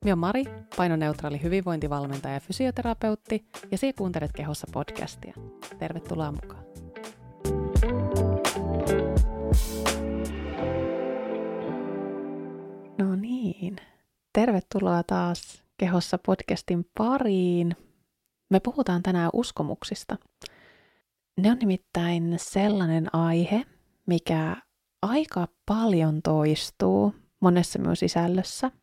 Minä olen Mari, painoneutraali hyvinvointivalmentaja ja fysioterapeutti, ja sinä kuuntelet Kehossa podcastia. Tervetuloa mukaan. No niin, tervetuloa taas Kehossa podcastin pariin. Me puhutaan tänään uskomuksista. Ne on nimittäin sellainen aihe, mikä aika paljon toistuu monessa minun sisällössä.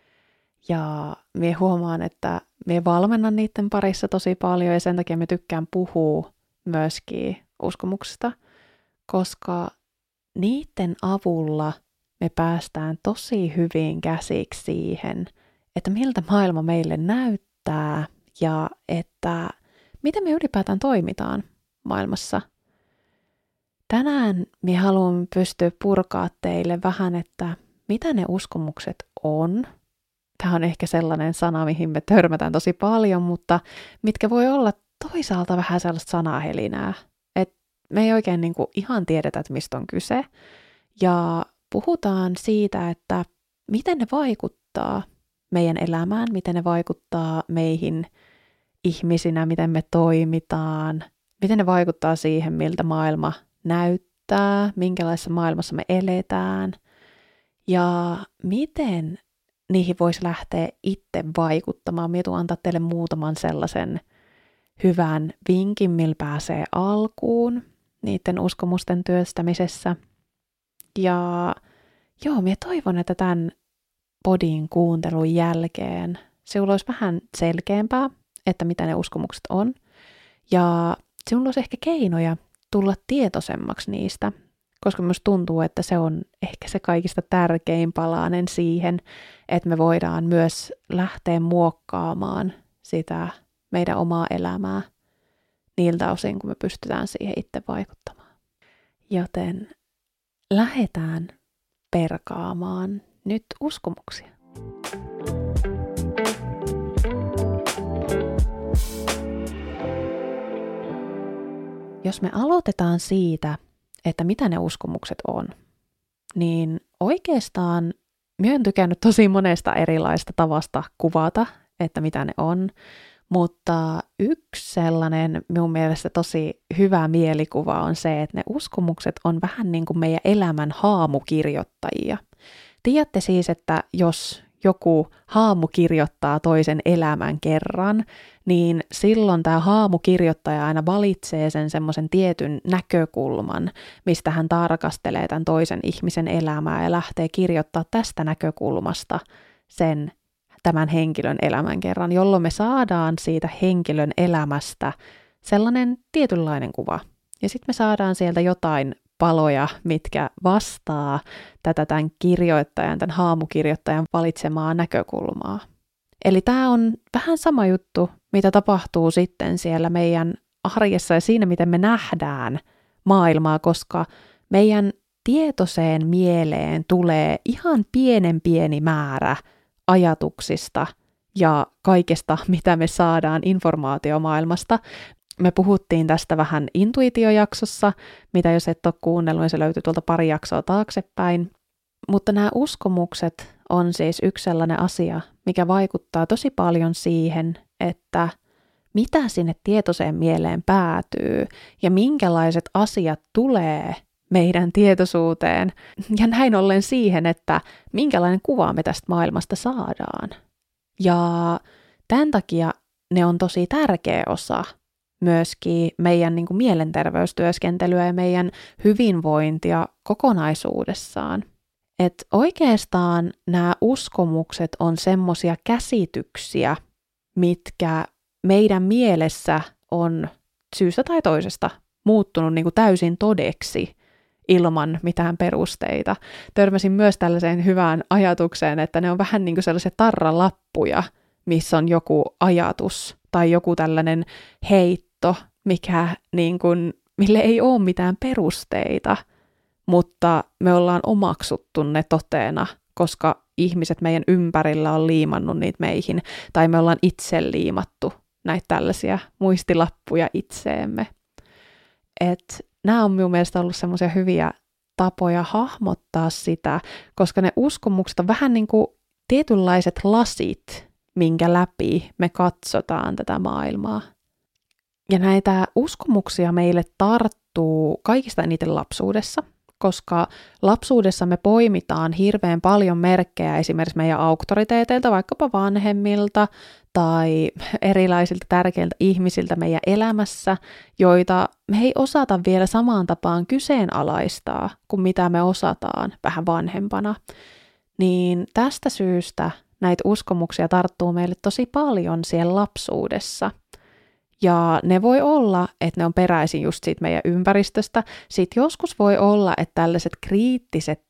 Ja minä huomaan, että minä valmennan niiden parissa tosi paljon ja sen takia minä tykkään puhua myöskin uskomuksista, koska niiden avulla me päästään tosi hyvin käsiksi siihen, että miltä maailma meille näyttää ja että miten me ylipäätään toimitaan maailmassa. Tänään minä haluan pystyä purkaa teille vähän, että mitä ne uskomukset on. Tämä on ehkä sellainen sana, mihin me törmätään tosi paljon, mutta mitkä voi olla toisaalta vähän sellaista sanahelinää. Että me ei oikein ihan tiedetä, että mistä on kyse. Ja puhutaan siitä, että miten ne vaikuttaa meidän elämään, miten ne vaikuttaa meihin ihmisinä, miten me toimitaan, miten ne vaikuttaa siihen, miltä maailma näyttää, minkälaisessa maailmassa me eletään ja miten niihin voisi lähteä itse vaikuttamaan. Minä tulen antaa teille muutaman sellaisen hyvän vinkin, millä pääsee alkuun niiden uskomusten työstämisessä. Ja minä toivon, että tämän podin kuuntelun jälkeen sinulla olisi vähän selkeämpää, että mitä ne uskomukset on. Ja sinulla olisi ehkä keinoja tulla tietoisemmaksi niistä, koska myös tuntuu, että se on ehkä se kaikista tärkein palanen siihen, että me voidaan myös lähteä muokkaamaan sitä meidän omaa elämää niiltä osin, kun me pystytään siihen itse vaikuttamaan. Joten lähdetään perkaamaan nyt uskomuksia. Jos me aloitetaan siitä, että mitä ne uskomukset on, niin oikeastaan minä olen tykännyt tosi monesta erilaista tavasta kuvata, että mitä ne on, mutta yksi sellainen minun mielestä tosi hyvä mielikuva on se, että ne uskomukset on vähän niin kuin meidän elämän haamukirjoittajia. Tiedätte siis, että jos joku haamu kirjoittaa toisen elämän kerran, niin silloin tämä haamukirjoittaja aina valitsee sen semmoisen tietyn näkökulman, mistä hän tarkastelee tämän toisen ihmisen elämää ja lähtee kirjoittaa tästä näkökulmasta tämän henkilön elämän kerran, jolloin me saadaan siitä henkilön elämästä sellainen tietynlainen kuva. Ja sitten me saadaan sieltä jotain paloja, mitkä vastaa tämän kirjoittajan, tämän haamukirjoittajan valitsemaa näkökulmaa. Eli tämä on vähän sama juttu, mitä tapahtuu sitten siellä meidän arjessa ja siinä, miten me nähdään maailmaa, koska meidän tietoiseen mieleen tulee ihan pieni määrä ajatuksista ja kaikesta, mitä me saadaan informaatiomaailmasta. Me puhuttiin tästä vähän intuitiojaksossa, mitä jos et ole kuunnellut, niin se löytyy tuolta pari jaksoa taaksepäin. Mutta nämä uskomukset on siis yksi sellainen asia, mikä vaikuttaa tosi paljon siihen, että mitä sinne tietoiseen mieleen päätyy ja minkälaiset asiat tulee meidän tietoisuuteen ja näin ollen siihen, että minkälainen kuva me tästä maailmasta saadaan. Ja tämän takia ne on tosi tärkeä osa myöskin meidän mielenterveystyöskentelyä ja meidän hyvinvointia kokonaisuudessaan. Että oikeastaan nämä uskomukset on semmoisia käsityksiä, mitkä meidän mielessä on syystä tai toisesta muuttunut täysin todeksi ilman mitään perusteita. Törmäsin myös tällaiseen hyvään ajatukseen, että ne on vähän niin kuin sellaisia tarralappuja, missä on joku ajatus tai joku tällainen heitto, mille ei ole mitään perusteita, mutta me ollaan omaksuttu ne toteena, koska ihmiset meidän ympärillä on liimannut niitä meihin, tai me ollaan itse liimattu näitä tällaisia muistilappuja itseemme. Nämä on minun mielestä ollut semmoisia hyviä tapoja hahmottaa sitä, koska ne uskomukset on vähän niin kuin tietynlaiset lasit, minkä läpi me katsotaan tätä maailmaa. Ja näitä uskomuksia meille tarttuu kaikista eniten lapsuudessa, koska lapsuudessa me poimitaan hirveän paljon merkkejä esimerkiksi meidän auktoriteeteilta, vaikkapa vanhemmilta tai erilaisilta tärkeiltä ihmisiltä meidän elämässä, joita me ei osata vielä samaan tapaan kyseenalaistaa kuin mitä me osataan vähän vanhempana. Niin tästä syystä näitä uskomuksia tarttuu meille tosi paljon siellä lapsuudessa. Ja ne voi olla, että ne on peräisin just siitä meidän ympäristöstä. Sitten joskus voi olla, että tällaiset kriittiset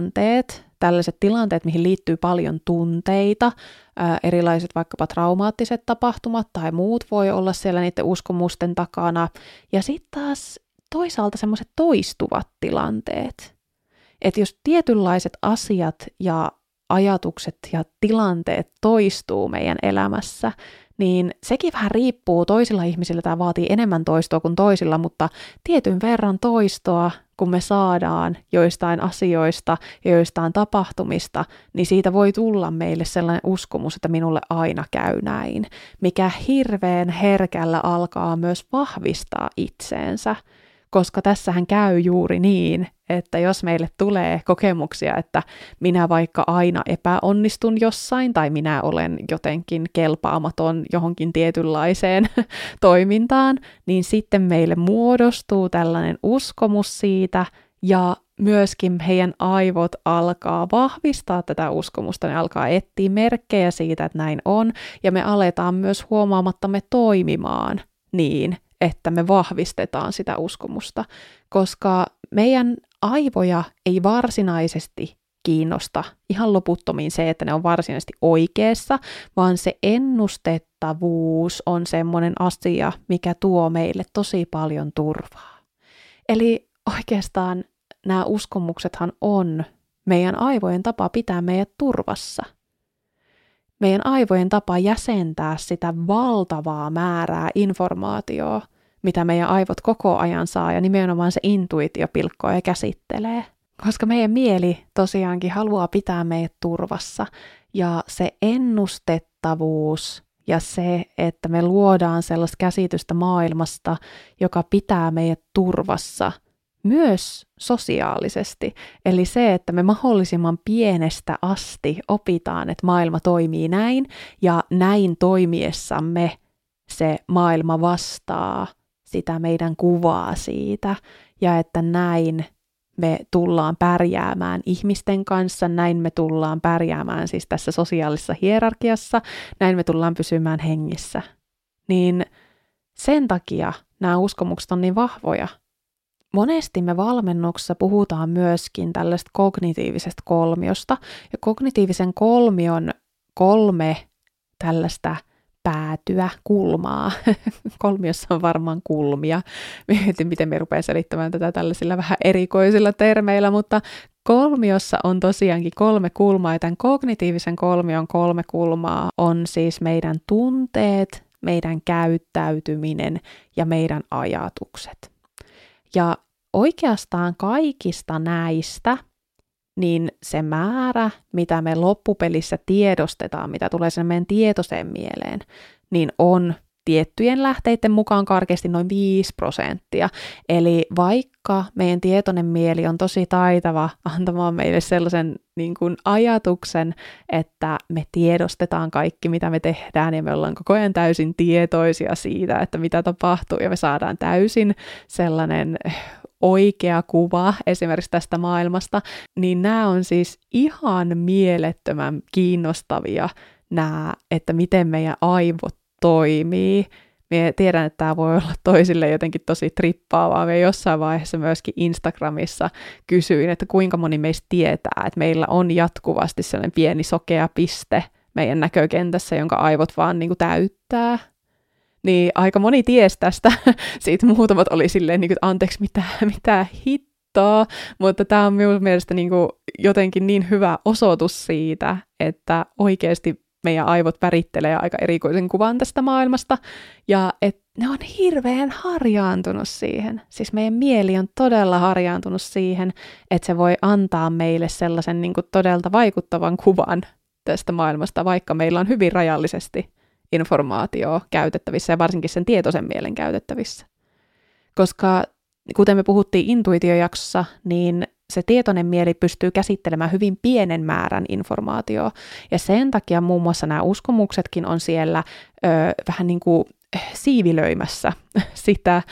tilanteet, mihin liittyy paljon tunteita, erilaiset vaikkapa traumaattiset tapahtumat tai muut voi olla siellä niiden uskomusten takana. Ja sitten taas toisaalta semmoiset toistuvat tilanteet. Että jos tietynlaiset asiat ja ajatukset ja tilanteet toistuu meidän elämässä, niin sekin vähän riippuu, toisilla ihmisillä tämä vaatii enemmän toistoa kuin toisilla, mutta tietyn verran toistoa, kun me saadaan joistain asioista ja joistain tapahtumista, niin siitä voi tulla meille sellainen uskomus, että minulle aina käy näin, mikä hirveän herkällä alkaa myös vahvistaa itseensä, koska tässähän käy juuri niin, että jos meille tulee kokemuksia, että minä vaikka aina epäonnistun jossain tai minä olen jotenkin kelpaamaton johonkin tietynlaiseen toimintaan, niin sitten meille muodostuu tällainen uskomus siitä ja myöskin heidän aivot alkaa vahvistaa tätä uskomusta, ne alkaa etsiä merkkejä siitä, että näin on ja me aletaan myös huomaamattamme toimimaan niin, että me vahvistetaan sitä uskomusta, koska meidän aivoja ei varsinaisesti kiinnosta ihan loputtomiin se, että ne on varsinaisesti oikeassa, vaan se ennustettavuus on semmoinen asia, mikä tuo meille tosi paljon turvaa. Eli oikeastaan nämä uskomuksethan on meidän aivojen tapa pitää meidät turvassa. Meidän aivojen tapa jäsentää sitä valtavaa määrää informaatiota, mitä meidän aivot koko ajan saa, ja nimenomaan se intuitio pilkkoo ja käsittelee. Koska meidän mieli tosiaankin haluaa pitää meidät turvassa, ja se ennustettavuus ja se, että me luodaan sellaista käsitystä maailmasta, joka pitää meidät turvassa, myös sosiaalisesti. Eli se, että me mahdollisimman pienestä asti opitaan, että maailma toimii näin, ja näin toimiessamme se maailma vastaa sitä meidän kuvaa siitä, ja että näin me tullaan pärjäämään ihmisten kanssa, näin me tullaan pärjäämään siis tässä sosiaalisessa hierarkiassa, näin me tullaan pysymään hengissä. Niin sen takia nämä uskomukset on niin vahvoja. Monesti me valmennuksessa puhutaan myöskin tällaista kognitiivisesta kolmiosta, ja kognitiivisen kolmion 3 tällaista päätyä, kulmaa. Kolmiossa on varmaan kulmia. Mietin, miten me rupean selittämään tätä tällaisilla vähän erikoisilla termeillä, mutta kolmiossa on tosiaankin 3 kulmaa, ja tämän kognitiivisen kolmion 3 kulmaa on siis meidän tunteet, meidän käyttäytyminen ja meidän ajatukset. Ja oikeastaan kaikista näistä, niin se määrä, mitä me loppupelissä tiedostetaan, mitä tulee sen meidän tietoiseen mieleen, niin on tiettyjen lähteiden mukaan karkeasti noin 5%. Eli vaikka meidän tietoinen mieli on tosi taitava antamaan meille sellaisen niin kuin ajatuksen, että me tiedostetaan kaikki, mitä me tehdään, ja me ollaan koko ajan täysin tietoisia siitä, että mitä tapahtuu, ja me saadaan täysin sellainen oikea kuva esimerkiksi tästä maailmasta, niin nämä on siis ihan mielettömän kiinnostavia nämä, että miten meidän aivot toimii. Minä tiedän, että tämä voi olla toisille jotenkin tosi trippaavaa. Minä jossain vaiheessa myöskin Instagramissa kysyin, että kuinka moni meistä tietää, että meillä on jatkuvasti sellainen pieni sokea piste meidän näkökentässä, jonka aivot vaan niin kuin täyttää. Niin aika moni tiesi tästä. Siitä muutamat oli silleen, niin kuin, anteeksi, mitä hittoa, mutta tämä on minun mielestä niin kuin jotenkin niin hyvä osoitus siitä, että oikeasti meidän aivot värittelee aika erikoisen kuvan tästä maailmasta, ja että ne on hirveän harjaantunut siihen. Siis meidän mieli on todella harjaantunut siihen, että se voi antaa meille sellaisen niin kuin todella vaikuttavan kuvan tästä maailmasta, vaikka meillä on hyvin rajallisesti informaatiota käytettävissä ja varsinkin sen tietoisen mielen käytettävissä. Koska kuten me puhuttiin intuitiojaksossa, niin se tietoinen mieli pystyy käsittelemään hyvin pienen määrän informaatiota, ja sen takia muun muassa nämä uskomuksetkin on siellä vähän niin kuin siivilöimässä sitä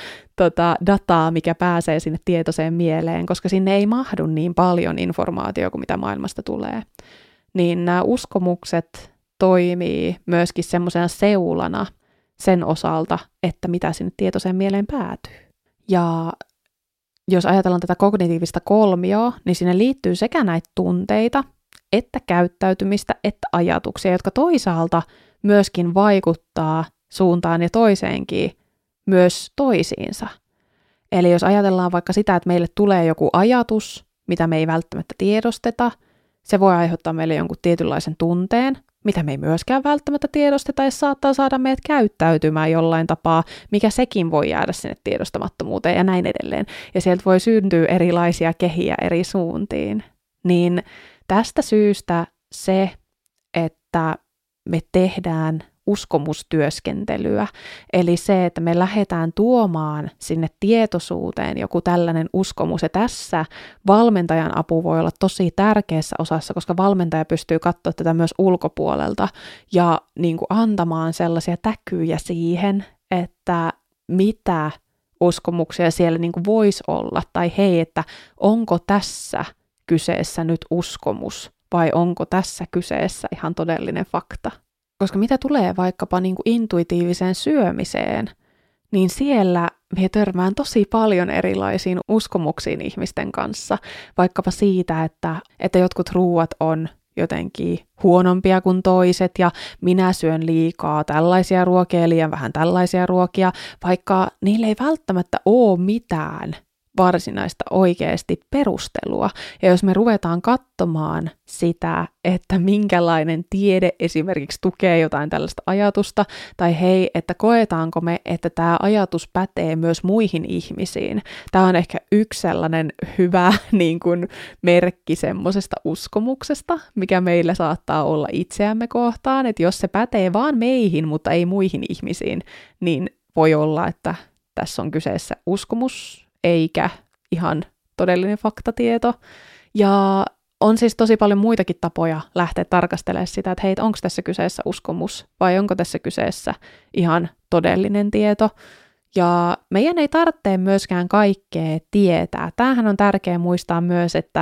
dataa, mikä pääsee sinne tietoiseen mieleen, koska sinne ei mahdu niin paljon informaatiota kuin mitä maailmasta tulee. Niin nämä uskomukset toimii myöskin semmoisena seulana sen osalta, että mitä sinne tietoiseen mieleen päätyy. Ja jos ajatellaan tätä kognitiivista kolmioa, niin sinne liittyy sekä näitä tunteita, että käyttäytymistä, että ajatuksia, jotka toisaalta myöskin vaikuttaa suuntaan ja toiseenkin myös toisiinsa. Eli jos ajatellaan vaikka sitä, että meille tulee joku ajatus, mitä me ei välttämättä tiedosteta, se voi aiheuttaa meille jonkun tietynlaisen tunteen, mitä me ei myöskään välttämättä tiedosteta, ja saattaa saada meidät käyttäytymään jollain tapaa, mikä sekin voi jäädä sinne tiedostamattomuuteen ja näin edelleen. Ja sieltä voi syntyä erilaisia kehiä eri suuntiin. Niin tästä syystä se, että me tehdään uskomustyöskentelyä, eli se, että me lähdetään tuomaan sinne tietoisuuteen joku tällainen uskomus, ja tässä valmentajan apu voi olla tosi tärkeässä osassa, koska valmentaja pystyy katsoa tätä myös ulkopuolelta ja niin kuin antamaan sellaisia täkyjä siihen, että mitä uskomuksia siellä niin kuin voisi olla, tai hei, että onko tässä kyseessä nyt uskomus, vai onko tässä kyseessä ihan todellinen fakta. Koska mitä tulee vaikkapa niin kuin intuitiiviseen syömiseen, niin siellä me törmään tosi paljon erilaisiin uskomuksiin ihmisten kanssa. Vaikkapa siitä, että jotkut ruuat on jotenkin huonompia kuin toiset ja minä syön liikaa tällaisia ruokia ja liian vähän tällaisia ruokia, vaikka niillä ei välttämättä ole mitään varsinaista oikeasti perustelua. Ja jos me ruvetaan katsomaan sitä, että minkälainen tiede esimerkiksi tukee jotain tällaista ajatusta, tai hei, että koetaanko me, että tämä ajatus pätee myös muihin ihmisiin. Tämä on ehkä yksi sellainen hyvä niin kuin merkki semmoisesta uskomuksesta, mikä meillä saattaa olla itseämme kohtaan, että jos se pätee vaan meihin, mutta ei muihin ihmisiin, niin voi olla, että tässä on kyseessä uskomus, eikä ihan todellinen faktatieto. Ja on siis tosi paljon muitakin tapoja lähteä tarkastelemaan sitä, että hei, onko tässä kyseessä uskomus vai onko tässä kyseessä ihan todellinen tieto. Ja meidän ei tarvitse myöskään kaikkea tietää. Tämähän on tärkeää muistaa myös, että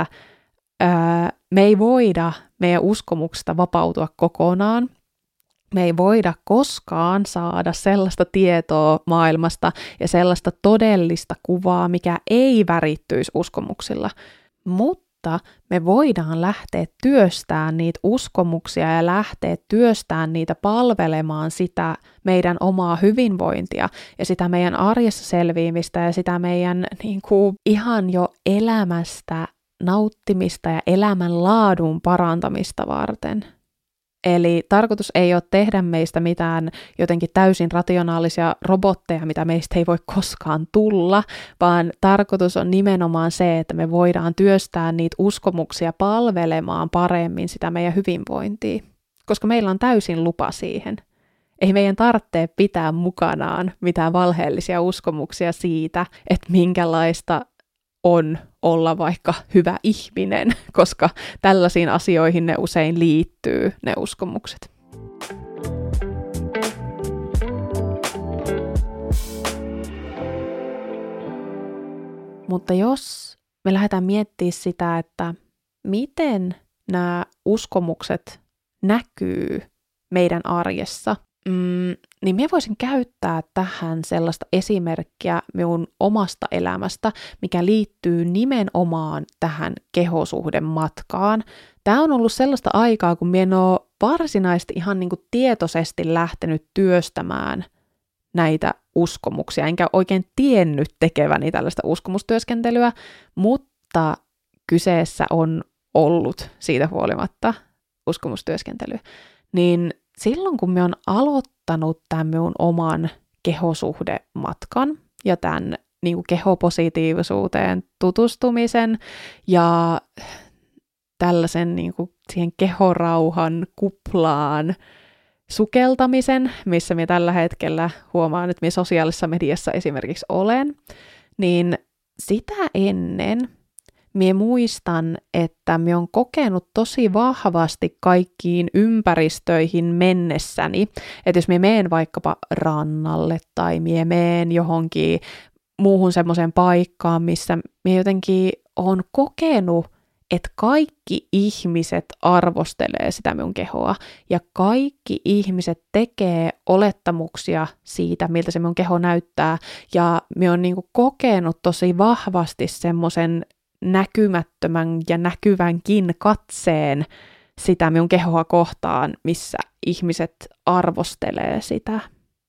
me ei voida meidän uskomuksesta vapautua kokonaan. Me ei voida koskaan saada sellaista tietoa maailmasta ja sellaista todellista kuvaa, mikä ei värittyisi uskomuksilla. Mutta me voidaan lähteä työstämään niitä uskomuksia ja lähteä työstämään niitä palvelemaan sitä meidän omaa hyvinvointia ja sitä meidän arjessa selviämistä ja sitä meidän niin kuin, ihan jo elämästä nauttimista ja elämän laadun parantamista varten. Eli tarkoitus ei ole tehdä meistä mitään jotenkin täysin rationaalisia robotteja, mitä meistä ei voi koskaan tulla, vaan tarkoitus on nimenomaan se, että me voidaan työstää niitä uskomuksia palvelemaan paremmin sitä meidän hyvinvointia, koska meillä on täysin lupa siihen. Ei meidän tarvitse pitää mukanaan mitään valheellisia uskomuksia siitä, että minkälaista on olla vaikka hyvä ihminen, koska tällaisiin asioihin ne usein liittyy, ne uskomukset. Mutta jos me lähdetään miettimään sitä, että miten nämä uskomukset näkyy meidän arjessa, niin minä voisin käyttää tähän sellaista esimerkkiä minun omasta elämästä, mikä liittyy nimenomaan tähän kehosuhdematkaan. Tämä on ollut sellaista aikaa, kun minä en ole varsinaisesti ihan niin kuin tietoisesti lähtenyt työstämään näitä uskomuksia, enkä oikein tiennyt tekeväni tällaista uskomustyöskentelyä, mutta kyseessä on ollut siitä huolimatta uskomustyöskentely. Niin silloin, kun minä olen aloittanut tämän minun oman kehosuhdematkan ja tämän niin kuin kehopositiivisuuteen tutustumisen ja tällaisen niin kuin siihen kehorauhan kuplaan sukeltamisen, missä minä tällä hetkellä huomaan, että minä sosiaalisessa mediassa esimerkiksi olen, niin sitä ennen minä muistan, että minä olen kokenut tosi vahvasti kaikkiin ympäristöihin mennessäni, että jos minä menen vaikkapa rannalle tai minä menen johonkin muuhun semmoiseen paikkaan, missä minä jotenkin olen kokenut, että kaikki ihmiset arvostelee sitä minun kehoa ja kaikki ihmiset tekee olettamuksia siitä, miltä se minun keho näyttää ja minä olen niinku kokenut tosi vahvasti semmoisen näkymättömän ja näkyvänkin katseen sitä minun kehoa kohtaan, missä ihmiset arvostelee sitä.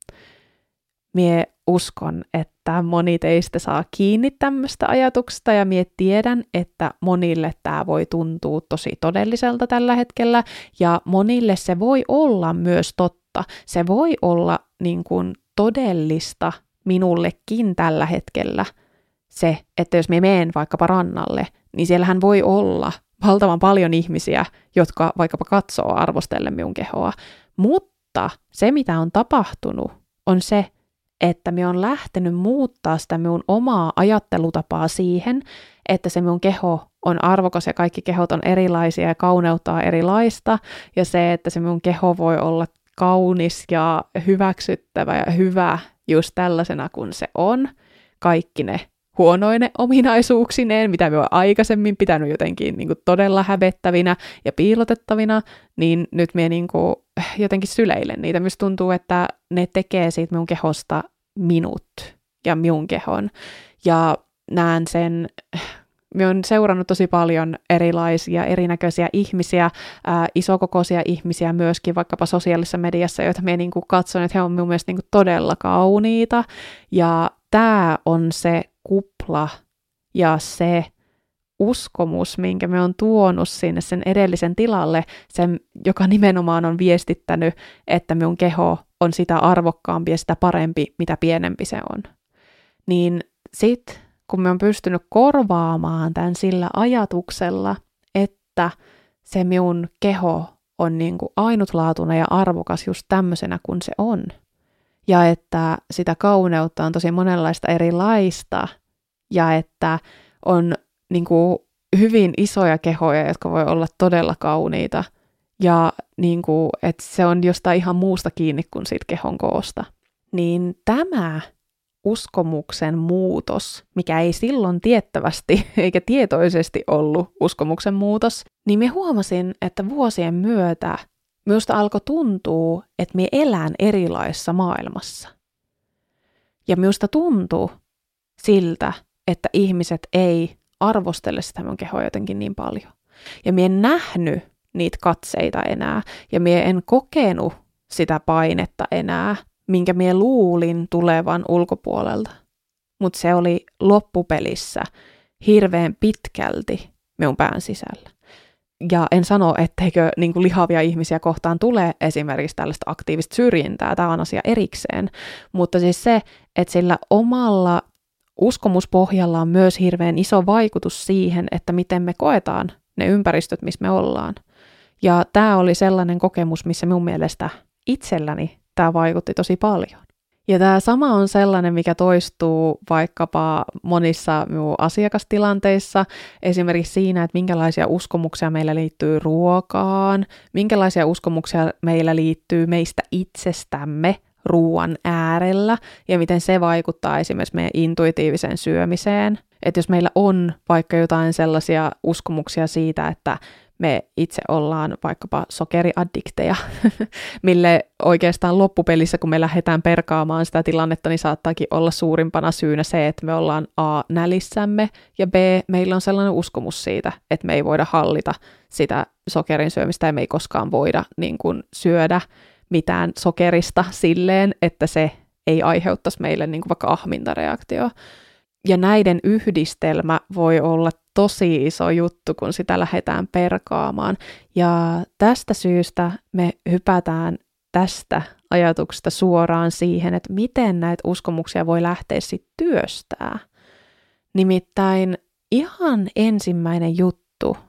Mie uskon, että moni teistä saa kiinni tämmöistä ajatuksesta ja mie tiedän, että monille tämä voi tuntua tosi todelliselta tällä hetkellä ja monille se voi olla myös totta. Se voi olla niin kuin todellista minullekin tällä hetkellä se, että jos mie menen vaikkapa rannalle, niin siellähän voi olla valtavan paljon ihmisiä, jotka vaikkapa katsoo arvostellen minun kehoa. Mutta se, mitä on tapahtunut, on se, että minä olen lähtenyt muuttaa sitä minun omaa ajattelutapaa siihen, että se minun keho on arvokas ja kaikki kehot on erilaisia ja kauneutta on erilaista. Ja se, että se minun keho voi olla kaunis ja hyväksyttävä ja hyvä just tällaisena kuin se on. Kaikki ne huonoine ominaisuuksineen, mitä minä olen aikaisemmin pitänyt jotenkin niin kuin todella hävettävinä ja piilotettavina, niin nyt minä niin kuin jotenkin syleilen niitä. Minusta tuntuu, että ne tekee siitä minun kehosta minut ja minun kehon. Ja näen sen, minä olen seurannut tosi paljon erilaisia, erinäköisiä ihmisiä, isokokoisia ihmisiä myöskin vaikkapa sosiaalisessa mediassa, joita minä niin kuin katson, että he on minun mielestä niin kuin todella kauniita. Ja tämä on se kupla ja se uskomus, minkä me on tuonut sinne sen edellisen tilalle, sen, joka nimenomaan on viestittänyt, että minun keho on sitä arvokkaampi ja sitä parempi, mitä pienempi se on. Niin sit, kun me on pystynyt korvaamaan tämän sillä ajatuksella, että se minun keho on niin kuin ainutlaatuinen ja arvokas just tämmöisenä kuin se on, ja että sitä kauneutta on tosi monenlaista erilaista, ja että on niin kuin hyvin isoja kehoja, jotka voi olla todella kauniita, ja niin kuin, että se on jostain ihan muusta kiinni kuin siitä kehon koosta. Niin tämä uskomuksen muutos, mikä ei silloin tiettävästi eikä tietoisesti ollut uskomuksen muutos, niin minä huomasin, että vuosien myötä minusta alkoi tuntua, että minä elän erilaisessa maailmassa. Ja minusta tuntui siltä, että ihmiset ei arvostele sitä minun kehoa jotenkin niin paljon. Ja minä en nähnyt niitä katseita enää, ja minä en kokenut sitä painetta enää, minkä minä luulin tulevan ulkopuolelta. Mutta se oli loppupelissä hirveän pitkälti minun pään sisällä. Ja en sano, etteikö niin kuin lihavia ihmisiä kohtaan tule esimerkiksi tällaista aktiivista syrjintää, tämä on asia erikseen, mutta siis se, että sillä omalla uskomuspohjalla on myös hirveän iso vaikutus siihen, että miten me koetaan ne ympäristöt, missä me ollaan. Ja tämä oli sellainen kokemus, missä minun mielestä itselläni tämä vaikutti tosi paljon. Ja tämä sama on sellainen, mikä toistuu vaikkapa monissa minun asiakastilanteissa, esimerkiksi siinä, että minkälaisia uskomuksia meillä liittyy ruokaan, minkälaisia uskomuksia meillä liittyy meistä itsestämme ruoan äärellä, ja miten se vaikuttaa esimerkiksi meidän intuitiiviseen syömiseen. Että jos meillä on vaikka jotain sellaisia uskomuksia siitä, että me itse ollaan vaikkapa sokeriaddikteja, mille oikeastaan loppupelissä, kun me lähdetään perkaamaan sitä tilannetta, niin saattaakin olla suurimpana syynä se, että me ollaan A, nälissämme, ja B, meillä on sellainen uskomus siitä, että me ei voida hallita sitä sokerin syömistä, ja me ei koskaan voida niin kuin syödä mitään sokerista silleen, että se ei aiheuttaisi meille niin kuin vaikka ahmintareaktio. Ja näiden yhdistelmä voi olla tosi iso juttu, kun sitä lähdetään perkaamaan. Ja tästä syystä me hypätään tästä ajatuksesta suoraan siihen, että miten näitä uskomuksia voi lähteä sitten työstää. Nimittäin ihan ensimmäinen juttu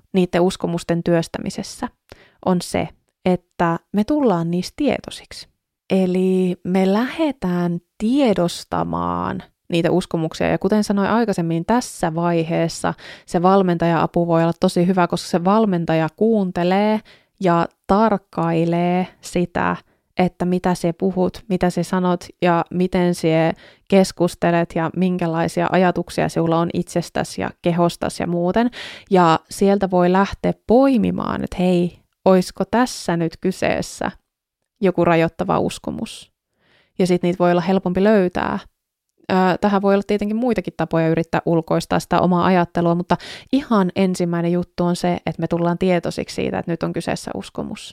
niiden uskomusten työstämisessä on se, että me tullaan niistä tietoisiksi. Eli me lähdetään tiedostamaan niitä uskomuksia. Ja kuten sanoin aikaisemmin, tässä vaiheessa se valmentaja-apu voi olla tosi hyvä, koska se valmentaja kuuntelee ja tarkkailee sitä, että mitä sä puhut, mitä sä sanot ja miten sä keskustelet ja minkälaisia ajatuksia sinulla on itsestäsi ja kehostasi ja muuten. Ja sieltä voi lähteä poimimaan, että hei, olisiko tässä nyt kyseessä joku rajoittava uskomus. Ja sitten niitä voi olla helpompi löytää. Tähän voi olla tietenkin muitakin tapoja yrittää ulkoistaa sitä omaa ajattelua, mutta ihan ensimmäinen juttu on se, että me tullaan tietoisiksi siitä, että nyt on kyseessä uskomus.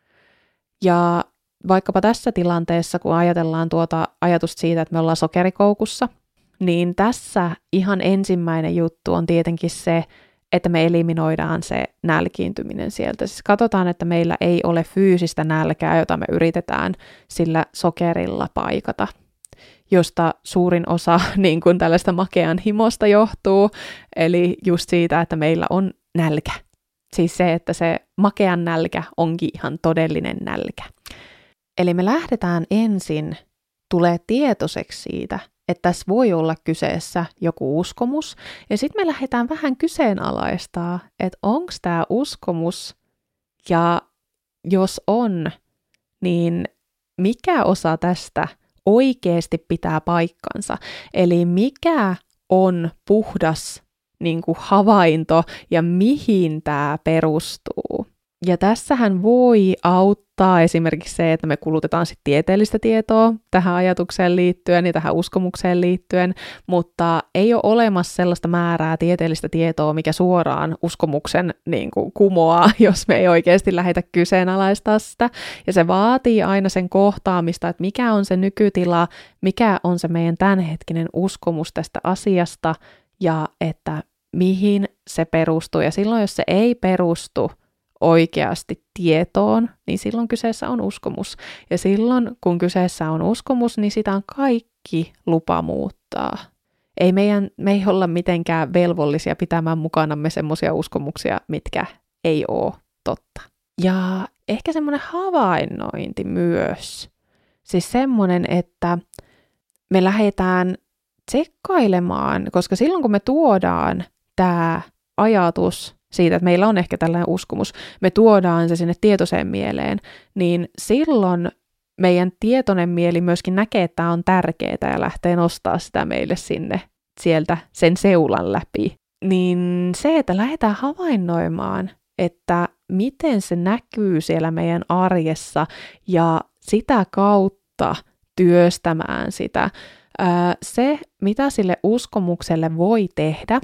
Ja vaikkapa tässä tilanteessa, kun ajatellaan tuota ajatusta siitä, että me ollaan sokerikoukussa, niin tässä ihan ensimmäinen juttu on tietenkin se, että me eliminoidaan se nälkiintyminen sieltä. Siis katsotaan, että meillä ei ole fyysistä nälkää, jota me yritetään sillä sokerilla paikata, josta suurin osa niin kuin tällaista makean himosta johtuu, eli just siitä, että meillä on nälkä. Siis se, että se makean nälkä onkin ihan todellinen nälkä. Eli me lähdetään ensin tulee tietoiseksi siitä, että tässä voi olla kyseessä joku uskomus, ja sitten me lähdetään vähän kyseenalaistaa, että onko tämä uskomus, ja jos on, niin mikä osa tästä oikeasti pitää paikkansa, eli mikä on puhdas niin kuin havainto ja mihin tämä perustuu. Ja tässähän voi auttaa esimerkiksi se, että me kulutetaan sitten tieteellistä tietoa tähän ajatukseen liittyen ja tähän uskomukseen liittyen, mutta ei ole olemassa sellaista määrää tieteellistä tietoa, mikä suoraan uskomuksen niin kuin kumoaa, jos me ei oikeasti lähdetä kyseenalaistaa sitä. Ja se vaatii aina sen kohtaamista, että mikä on se nykytila, mikä on se meidän tämänhetkinen uskomus tästä asiasta ja että mihin se perustuu. Ja silloin, jos se ei perustu oikeasti tietoon, niin silloin kyseessä on uskomus. Ja silloin, kun kyseessä on uskomus, niin sitä on kaikki lupa muuttaa. Me ei olla mitenkään velvollisia pitämään mukanamme semmoisia uskomuksia, mitkä ei ole totta. Ja ehkä semmoinen havainnointi myös. Siis semmoinen, että me lähdetään tsekkailemaan, koska silloin kun me tuodaan tämä ajatus siitä, että meillä on ehkä tällainen uskomus, me tuodaan se sinne tietoiseen mieleen, niin silloin meidän tietoinen mieli myöskin näkee, että tämä on tärkeää ja lähtee nostaa sitä meille sinne sieltä sen seulan läpi. Niin se, että lähdetään havainnoimaan, että miten se näkyy siellä meidän arjessa ja sitä kautta työstämään sitä. Se, mitä sille uskomukselle voi tehdä,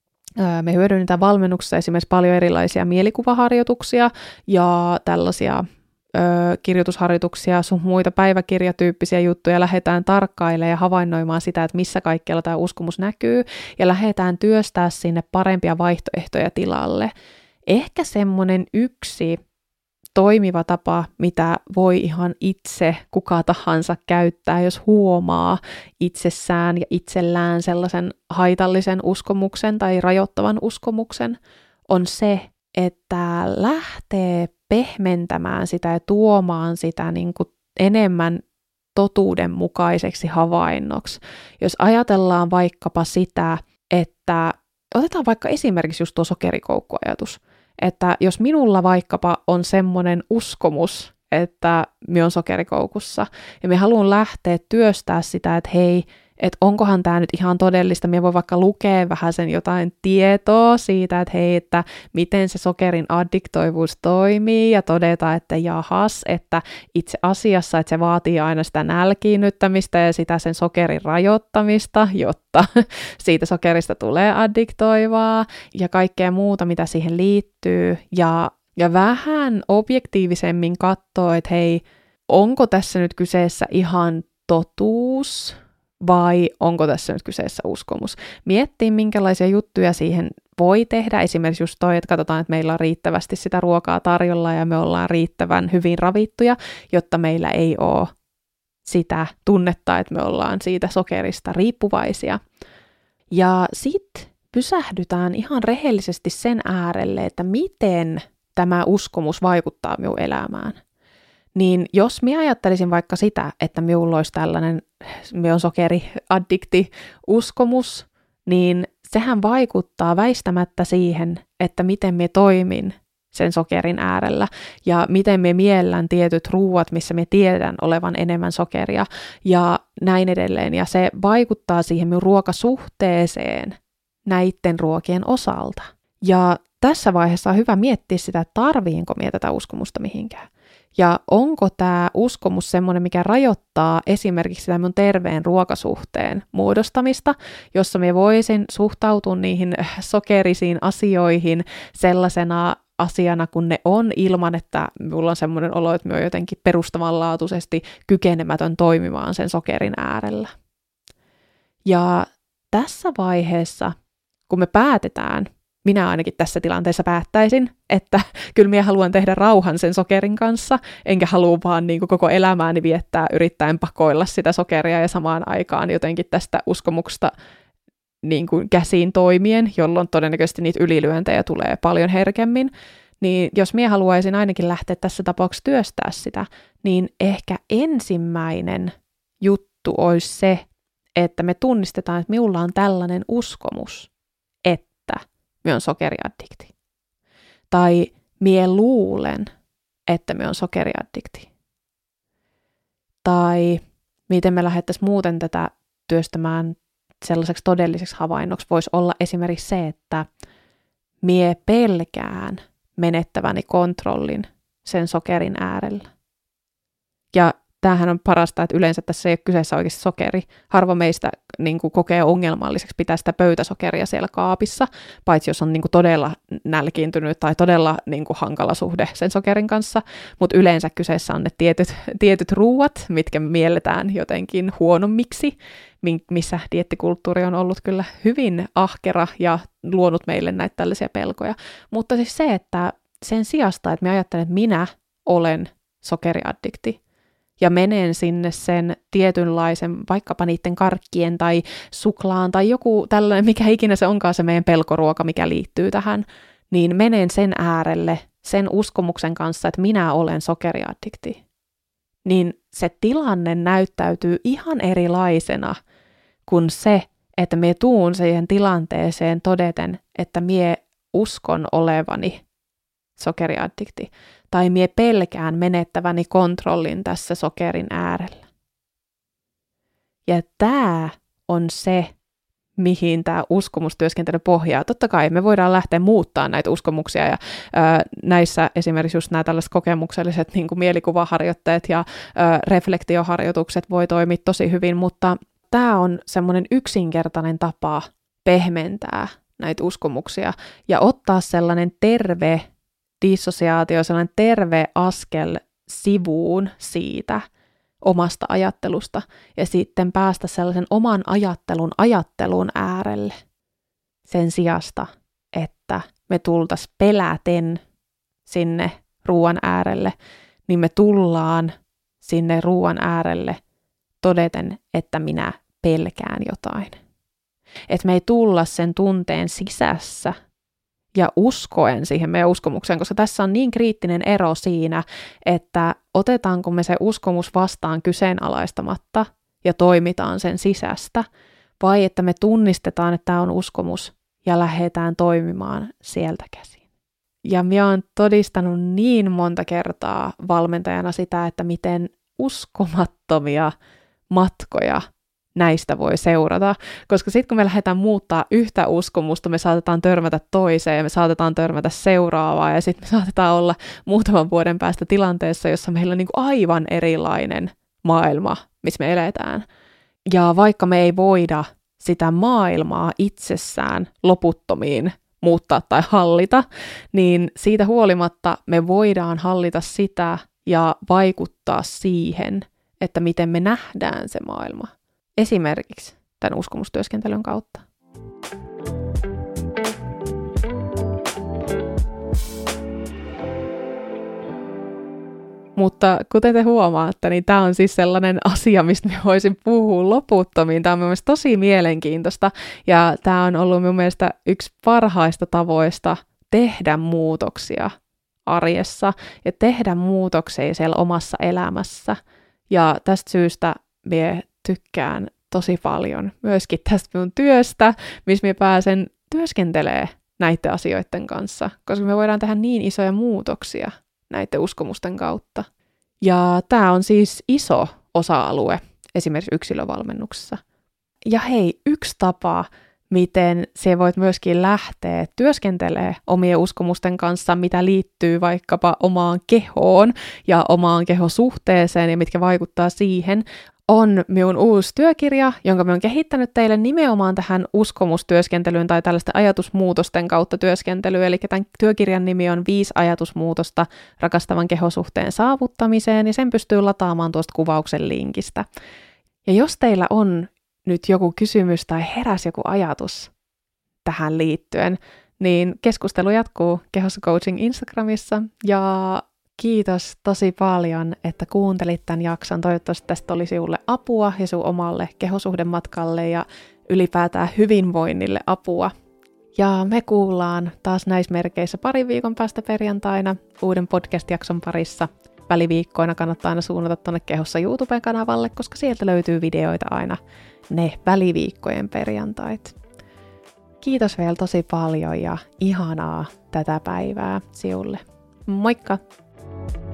me hyödynnetään valmennuksessa esimerkiksi paljon erilaisia mielikuvaharjoituksia ja tällaisia kirjoitusharjoituksia, sun muita päiväkirjatyyppisiä juttuja, lähdetään tarkkailemaan ja havainnoimaan sitä, että missä kaikkialla tämä uskomus näkyy, ja lähdetään työstää sinne parempia vaihtoehtoja tilalle. Ehkä semmoinen yksi toimiva tapa, mitä voi ihan itse kuka tahansa käyttää, jos huomaa itsessään ja itsellään sellaisen haitallisen uskomuksen tai rajoittavan uskomuksen, on se, että lähtee pehmentämään sitä ja tuomaan sitä niin kuin enemmän totuudenmukaiseksi havainnoksi. Jos ajatellaan vaikkapa sitä, että otetaan vaikka esimerkiksi just tuo sokerikoukkuajatus, että jos minulla vaikkapa on semmoinen uskomus, että minä olen sokerikoukussa, ja minä haluan lähteä työstää sitä, että hei, että onkohan tämä nyt ihan todellista, minä voin vaikka lukea vähän sen jotain tietoa siitä, että hei, että miten se sokerin addiktoivuus toimii, ja todeta, että jahas, että itse asiassa, että se vaatii aina sitä nälkiinnyttämistä ja sitä sen sokerin rajoittamista, jotta siitä sokerista tulee addiktoivaa, ja kaikkea muuta, mitä siihen liittyy, ja vähän objektiivisemmin katsoo, että hei, onko tässä nyt kyseessä ihan totuus, vai onko tässä nyt kyseessä uskomus. Miettii, minkälaisia juttuja siihen voi tehdä. Esimerkiksi just toi, että katsotaan, että meillä on riittävästi sitä ruokaa tarjolla ja me ollaan riittävän hyvin ravittuja, jotta meillä ei ole sitä tunnetta, että me ollaan siitä sokerista riippuvaisia. Ja sitten pysähdytään ihan rehellisesti sen äärelle, että miten tämä uskomus vaikuttaa minun elämään, niin jos minä ajattelisin vaikka sitä, että minulla olisi tällainen, minä on sokeriaddikti uskomus, niin sehän vaikuttaa väistämättä siihen, että miten minä toimin sen sokerin äärellä ja miten me miellän tietyt ruuat, missä me tiedän olevan enemmän sokeria ja näin edelleen. Ja se vaikuttaa siihen minun ruokasuhteeseen näiden ruokien osalta. Ja tässä vaiheessa on hyvä miettiä sitä, että tarviinko minä tätä uskomusta mihinkään. Ja onko tämä uskomus semmoinen, mikä rajoittaa esimerkiksi sitä mun terveen ruokasuhteen muodostamista, jossa minä voisin suhtautua niihin sokerisiin asioihin sellaisena asiana, kun ne on, ilman että minulla on semmoinen olo, että minä olen jotenkin perustavanlaatuisesti kykenemätön toimimaan sen sokerin äärellä. Ja tässä vaiheessa, kun me päätetään, minä ainakin tässä tilanteessa päättäisin, että kyllä minä haluan tehdä rauhan sen sokerin kanssa, enkä halua vaan niin kuin koko elämääni viettää yrittäen pakoilla sitä sokeria ja samaan aikaan jotenkin tästä uskomuksesta niin kuin käsiin toimien, jolloin todennäköisesti niitä ylilyöntejä tulee paljon herkemmin, niin jos minä haluaisin ainakin lähteä tässä tapauksessa työstää sitä, niin ehkä ensimmäinen juttu olisi se, että me tunnistetaan, että minulla on tällainen uskomus, että minä on sokeriaddikti. Tai minä luulen, että minä on sokeriaddikti. Tai miten me lähdettäisiin muuten tätä työstämään sellaiseksi todelliseksi havainnoksi, voisi olla esimerkiksi se, että minä pelkään menettäväni kontrollin sen sokerin äärellä. Ja tämähän on parasta, että yleensä tässä ei ole kyseessä oikeasti sokeri. Harva meistä niin kuin, kokee ongelmalliseksi pitää sitä pöytäsokeria siellä kaapissa, paitsi jos on niin kuin, todella nälkiintynyt tai todella niin kuin, hankala suhde sen sokerin kanssa. Mutta yleensä kyseessä on ne tietyt ruuat, mitkä me mielletään jotenkin huonommiksi, missä dieettikulttuuri on ollut kyllä hyvin ahkera ja luonut meille näitä tällaisia pelkoja. Mutta siis se, että sen sijasta, että me ajattelen, että minä olen sokeriaddikti, ja menen sinne sen tietynlaisen, vaikkapa niiden karkkien tai suklaan tai joku tällainen, mikä ikinä se onkaan se meidän pelkoruoka, mikä liittyy tähän, niin menen sen äärelle sen uskomuksen kanssa, että minä olen sokeriaddikti. Niin se tilanne näyttäytyy ihan erilaisena kuin se, että me tuun siihen tilanteeseen todeten, että mie uskon olevani sokeriaddikti. Tai mie pelkään menettäväni kontrollin tässä sokerin äärellä. Ja tämä on se, mihin tämä uskomustyöskentely pohjaa. Totta kai me voidaan lähteä muuttaa näitä uskomuksia ja näissä esimerkiksi just nämä tällaiset kokemukselliset niin kuin mielikuvaharjoitteet ja reflektioharjoitukset voi toimia tosi hyvin, mutta tämä on semmoinen yksinkertainen tapa pehmentää näitä uskomuksia ja ottaa sellainen terve dissosiaatio, sellainen terve askel sivuun siitä omasta ajattelusta ja sitten päästä sellaisen oman ajattelun äärelle sen sijasta, että me tultaisiin peläten sinne ruoan äärelle, niin me tullaan sinne ruoan äärelle todeten, että minä pelkään jotain. Että me ei tulla sen tunteen sisässä ja uskoen siihen meidän uskomukseen, koska tässä on niin kriittinen ero siinä, että otetaanko me se uskomus vastaan kyseenalaistamatta ja toimitaan sen sisästä, vai että me tunnistetaan, että tämä on uskomus ja lähdetään toimimaan sieltä käsin. Ja minä olen todistanut niin monta kertaa valmentajana sitä, että miten uskomattomia matkoja näistä voi seurata, koska sitten kun me lähdetään muuttaa yhtä uskomusta, me saatetaan törmätä toiseen ja me saatetaan törmätä seuraavaan ja sitten me saatetaan olla muutaman vuoden päästä tilanteessa, jossa meillä on niin kuin aivan erilainen maailma, missä me eletään. Ja vaikka me ei voida sitä maailmaa itsessään loputtomiin muuttaa tai hallita, niin siitä huolimatta me voidaan hallita sitä ja vaikuttaa siihen, että miten me nähdään se maailma. Esimerkiksi tämän uskomustyöskentelyn kautta. Mutta kuten te huomaatte, niin tämä on siis sellainen asia, mistä mä voisin puhua loputtomiin. Tämä on mun mielestä tosi mielenkiintoista ja tämä on ollut mun mielestä yksi parhaista tavoista tehdä muutoksia arjessa ja tehdä muutoksia siellä omassa elämässä. Ja tästä syystä minä tykkään tosi paljon myöskin tästä minun työstä, missä minä pääsen työskentelemään näiden asioiden kanssa, koska me voidaan tehdä niin isoja muutoksia näiden uskomusten kautta. Ja tämä on siis iso osa-alue esimerkiksi yksilövalmennuksessa. Ja hei, yksi tapa, miten se voit myöskin lähteä työskentelemään omien uskomusten kanssa, mitä liittyy vaikkapa omaan kehoon ja omaan kehosuhteeseen ja mitkä vaikuttaa siihen, on minun uusi työkirja, jonka minä olen kehittänyt teille nimenomaan tähän uskomustyöskentelyyn tai tällaisten ajatusmuutosten kautta työskentelyyn. Eli tämän työkirjan nimi on 5 ajatusmuutosta rakastavan kehosuhteen saavuttamiseen, ja sen pystyy lataamaan tuosta kuvauksen linkistä. Ja jos teillä on nyt joku kysymys tai heräs joku ajatus tähän liittyen, niin keskustelu jatkuu Kehossa Coaching Instagramissa, ja kiitos tosi paljon, että kuuntelit tämän jakson. Toivottavasti tästä oli sinulle apua ja sun omalle kehosuhdematkalle ja ylipäätään hyvinvoinnille apua. Ja me kuullaan taas näissä merkeissä 2 viikon päästä perjantaina uuden podcast-jakson parissa. Väliviikkoina kannattaa aina suunnata tuonne Kehossa YouTube-kanavalle, koska sieltä löytyy videoita aina ne väliviikkojen perjantait. Kiitos vielä tosi paljon ja ihanaa tätä päivää sinulle. Moikka!